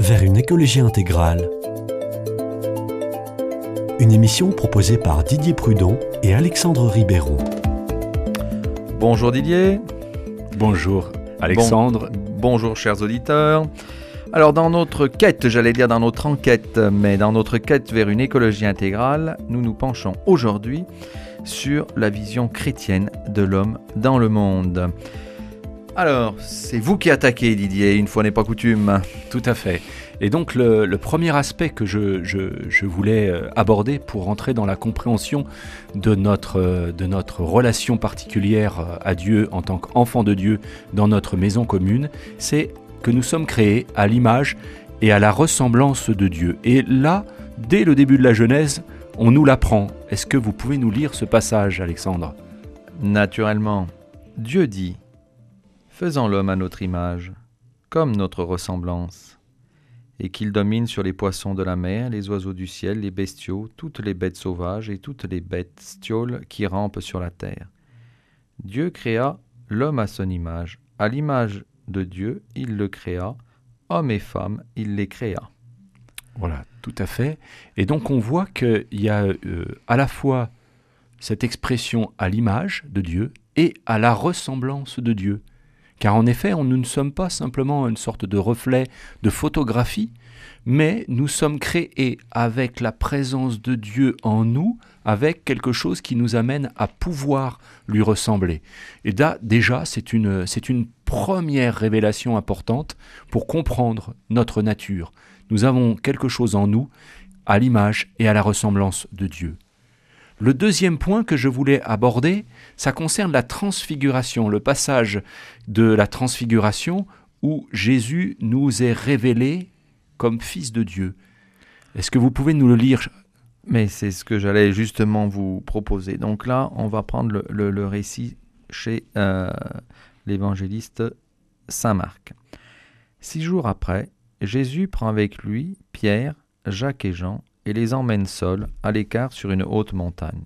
vers une écologie intégrale. Une émission proposée par Didier Prudon et Alexandre Ribeiro. Bonjour Didier. Bonjour Alexandre. Bonjour chers auditeurs. Alors dans notre quête, dans notre enquête, mais dans notre quête vers une écologie intégrale, nous nous penchons aujourd'hui sur la vision chrétienne de l'homme dans le monde. Alors, c'est vous qui attaquez Didier, une fois n'est pas coutume. Tout à fait. Et donc le premier aspect que je voulais aborder pour rentrer dans la compréhension de notre relation particulière à Dieu en tant qu'enfant de Dieu dans notre maison commune, c'est que nous sommes créés à l'image et à la ressemblance de Dieu. Et là, dès le début de la Genèse, on nous l'apprend. Est-ce que vous pouvez nous lire ce passage, Alexandre ? Naturellement. Dieu dit « Faisons l'homme à notre image, comme notre ressemblance, et qu'il domine sur les poissons de la mer, les oiseaux du ciel, les bestiaux, toutes les bêtes sauvages et toutes les bestioles qui rampent sur la terre. Dieu créa l'homme à son image. À l'image de Dieu, il le créa. Hommes et femmes, il les créa. » Voilà, tout à fait. Et donc on voit qu'il y a à la fois cette expression à l'image de Dieu et à la ressemblance de Dieu. Car en effet, nous ne sommes pas simplement une sorte de reflet de photographie, mais nous sommes créés avec la présence de Dieu en nous, avec quelque chose qui nous amène à pouvoir lui ressembler. Et là, déjà, c'est une première révélation importante pour comprendre notre nature. Nous avons quelque chose en nous, à l'image et à la ressemblance de Dieu. Le deuxième point que je voulais aborder, ça concerne la transfiguration, le passage de la transfiguration où Jésus nous est révélé comme Fils de Dieu. Est-ce que vous pouvez nous le lire ? Mais c'est ce que j'allais justement vous proposer. Donc là, on va prendre le récit chez l'évangéliste Saint Marc. 6 jours après, Jésus prend avec lui Pierre, Jacques et Jean et les emmène seuls à l'écart sur une haute montagne.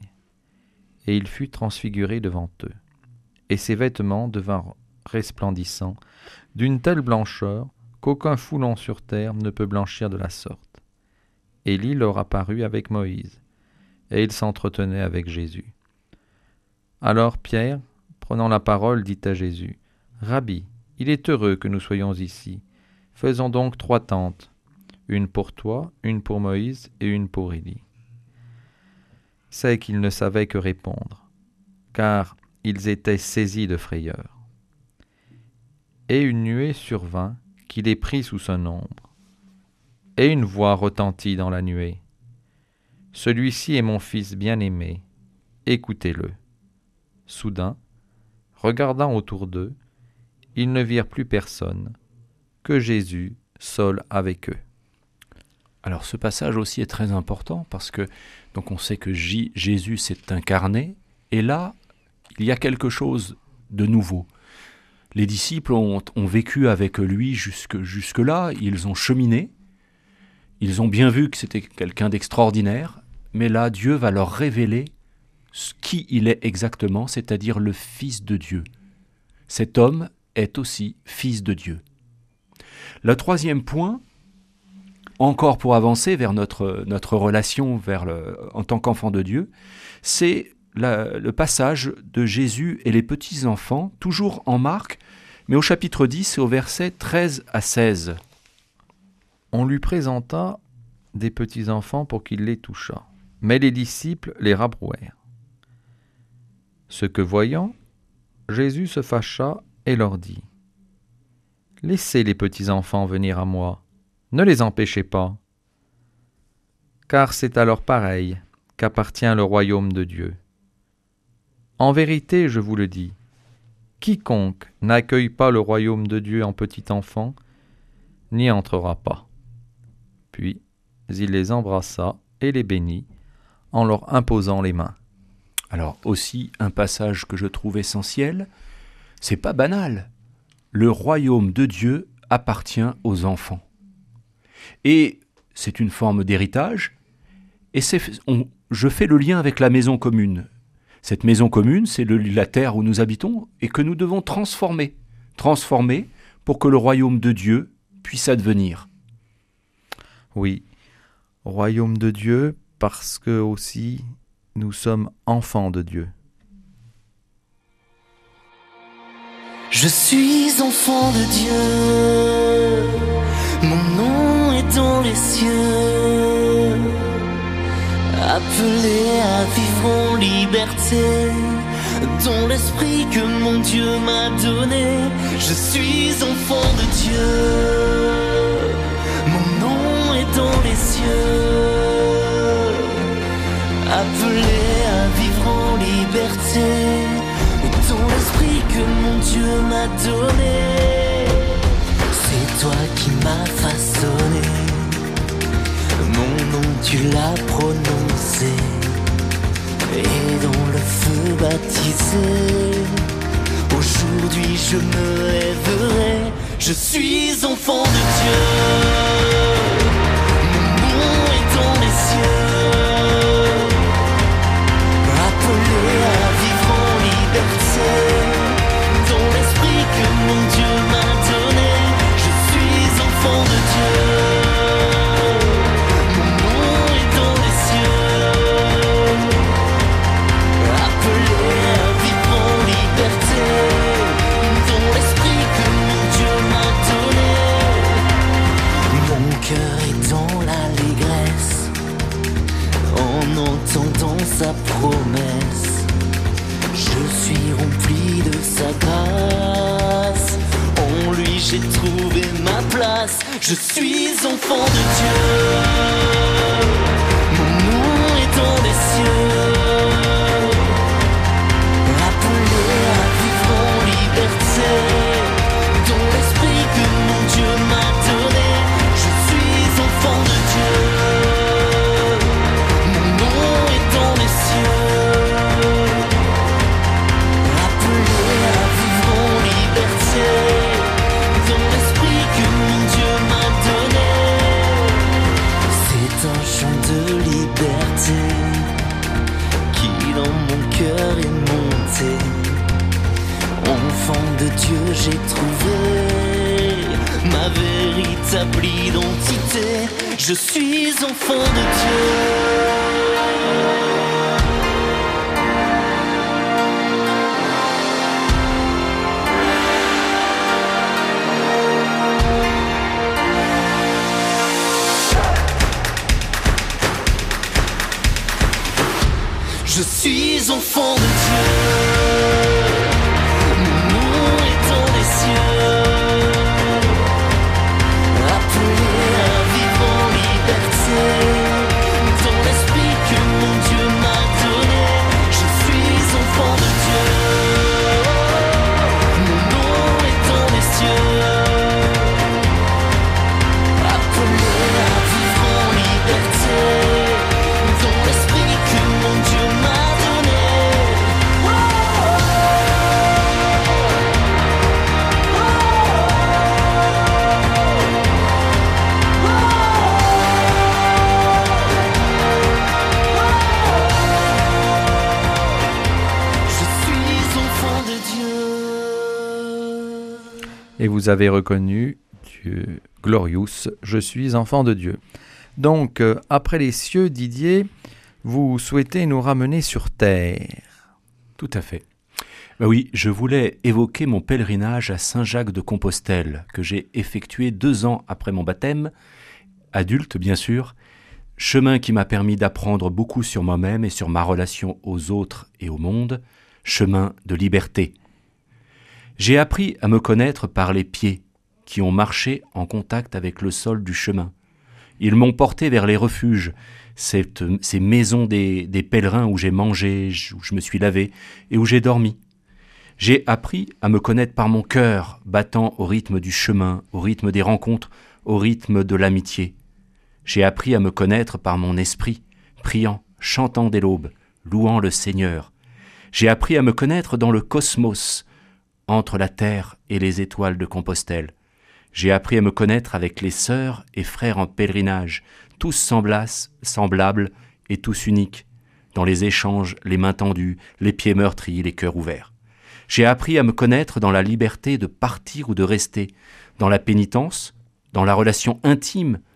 Et il fut transfiguré devant eux. Et ses vêtements devinrent resplendissants, d'une telle blancheur qu'aucun foulon sur terre ne peut blanchir de la sorte. Élie leur apparut avec Moïse, et il s'entretenait avec Jésus. Alors Pierre, prenant la parole, dit à Jésus, « Rabbi, il est heureux que nous soyons ici. Faisons donc 3 tentes, une pour toi, une pour Moïse et une pour Élie. » C'est qu'ils ne savaient que répondre, car ils étaient saisis de frayeur. Et une nuée survint qui les prit sous son ombre. Et une voix retentit dans la nuée. « Celui-ci est mon fils bien-aimé, écoutez-le. » Soudain, regardant autour d'eux, ils ne virent plus personne, que Jésus seul avec eux. Alors ce passage aussi est très important parce que donc on sait que Jésus s'est incarné et là il y a quelque chose de nouveau. Les disciples ont vécu avec lui jusque-là, ils ont cheminé, ils ont bien vu que c'était quelqu'un d'extraordinaire, mais là Dieu va leur révéler qui il est exactement, c'est-à-dire le Fils de Dieu. Cet homme est aussi Fils de Dieu. Le troisième point, encore pour avancer vers notre relation en tant qu'enfant de Dieu, c'est le passage de Jésus et les petits-enfants, toujours en Marc, mais au chapitre 10 et au verset 13 à 16. On lui présenta des petits-enfants pour qu'il les touchât, mais les disciples les rabrouèrent. Ce que voyant, Jésus se fâcha et leur dit, « Laissez les petits-enfants venir à moi, ne les empêchez pas, car c'est à leur pareil qu'appartient le royaume de Dieu. En vérité, je vous le dis, quiconque n'accueille pas le royaume de Dieu en petit enfant n'y entrera pas. » Puis il les embrassa et les bénit en leur imposant les mains. Alors aussi un passage que je trouve essentiel, c'est pas banal. Le royaume de Dieu appartient aux enfants. Et c'est une forme d'héritage, et je fais le lien avec la maison commune. Cette maison commune, c'est la terre où nous habitons et que nous devons transformer pour que le royaume de Dieu puisse advenir. Oui, royaume de Dieu parce que aussi nous sommes enfants de Dieu. Je suis enfant de Dieu, mon nom est dans les cieux, appelé à vivre en liberté, dans l'esprit que mon Dieu m'a donné. Je suis enfant de Dieu, mon nom est dans les cieux, appelé à vivre en liberté, dans l'esprit que mon Dieu m'a donné. C'est toi qui m'as façonné, mon nom tu l'as prononcé, et dans le feu baptisé. Aujourd'hui je me lèverai, je suis enfant de Dieu, mon nom est dans les cieux, appelé à vivre en liberté, dans l'esprit que mon Dieu m'a donné. Je suis enfant de Dieu, mon nom est dans les cieux, appelé à vivre en liberté, dans l'esprit que mon Dieu m'a donné. Mon cœur est dans l'allégresse, en entendant sa promesse. Je suis rempli de sa grâce, en lui j'ai trouvé ma place. Je suis enfant de Dieu, mon nom est dans les cieux, appelé à vivre en liberté, dans l'esprit que mon Dieu m'a donné. Je suis enfant de Dieu, mon nom est dans les cieux, appelé à vivre en liberté, dans l'esprit que mon Dieu m'a donné. C'est un chant de liberté qui dans mon cœur est monté. Enfant de Dieu j'ai trouvé ma véritable identité. Je suis enfant de Dieu. Je suis enfant de Dieu, mon nom est dans les cieux, appelé à vivre en liberté, dans l'esprit que mon Dieu m'a donné. Je suis enfant de Dieu, mon nom est dans les cieux, appelé à vivre en liberté, dans l'esprit que mon Dieu m'a donné. Je suis enfant de Dieu. Et vous avez reconnu Dieu Glorious, je suis enfant de Dieu. Donc, après les cieux, Didier, vous souhaitez nous ramener sur terre. Tout à fait. Ben oui, je voulais évoquer mon pèlerinage à Saint-Jacques-de-Compostelle, que j'ai effectué 2 ans après mon baptême, adulte bien sûr, chemin qui m'a permis d'apprendre beaucoup sur moi-même et sur ma relation aux autres et au monde, chemin de liberté. J'ai appris à me connaître par les pieds, qui ont marché en contact avec le sol du chemin. Ils m'ont porté vers les refuges, ces maisons des pèlerins où j'ai mangé, où je me suis lavé et où j'ai dormi. J'ai appris à me connaître par mon cœur, battant au rythme du chemin, au rythme des rencontres, au rythme de l'amitié. J'ai appris à me connaître par mon esprit, priant, chantant dès l'aube, louant le Seigneur. J'ai appris à me connaître dans le cosmos, entre la terre et les étoiles de Compostelle. J'ai appris à me connaître avec les sœurs et frères en pèlerinage, tous semblables et tous uniques, dans les échanges, les mains tendues, les pieds meurtris, les cœurs ouverts. J'ai appris à me connaître dans la liberté de partir ou de rester, dans la pénitence, dans la relation intime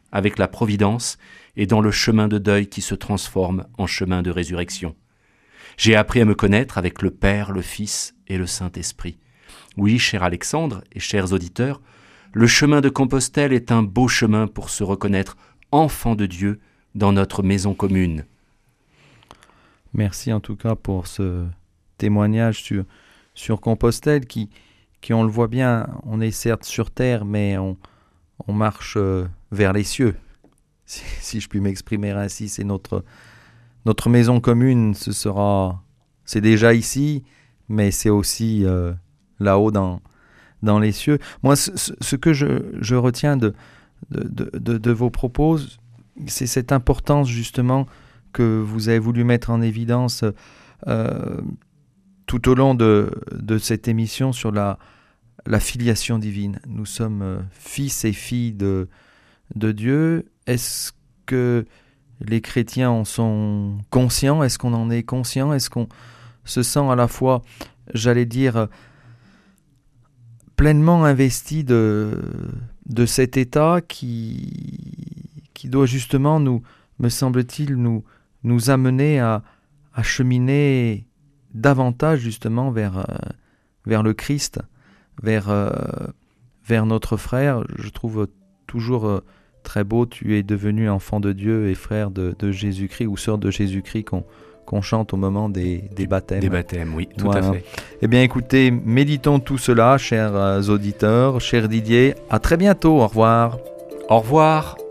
avec la providence et dans le chemin de deuil qui se transforme en chemin de résurrection. J'ai appris à me connaître avec le Père, le Fils et le Saint-Esprit. Oui, cher Alexandre et chers auditeurs, le chemin de Compostelle est un beau chemin pour se reconnaître enfant de Dieu dans notre maison commune. Merci en tout cas pour ce témoignage sur Compostelle qui, on le voit bien, on est certes sur terre, mais on marche vers les cieux. Si je puis m'exprimer ainsi, c'est notre maison commune, c'est déjà ici, mais c'est aussi là-haut dans les cieux. Moi, ce que je retiens de vos propos, c'est cette importance justement que vous avez voulu mettre en évidence tout au long de cette émission sur la filiation divine. Nous sommes fils et filles de Dieu. Est-ce que les chrétiens en sont conscients? Est-ce qu'on en est conscient? Est-ce qu'on se sent à la fois, j'allais dire, pleinement investi de cet état qui doit justement, me semble-t-il, nous amener à cheminer davantage justement vers le Christ, vers notre frère. Je trouve toujours très beau, tu es devenu enfant de Dieu et frère de Jésus-Christ ou sœur de Jésus-Christ qu'on chante au moment des baptêmes. Des baptêmes, oui, tout voilà. à fait. Eh bien écoutez, méditons tout cela, chers auditeurs, cher Didier. À très bientôt, au revoir. Au revoir.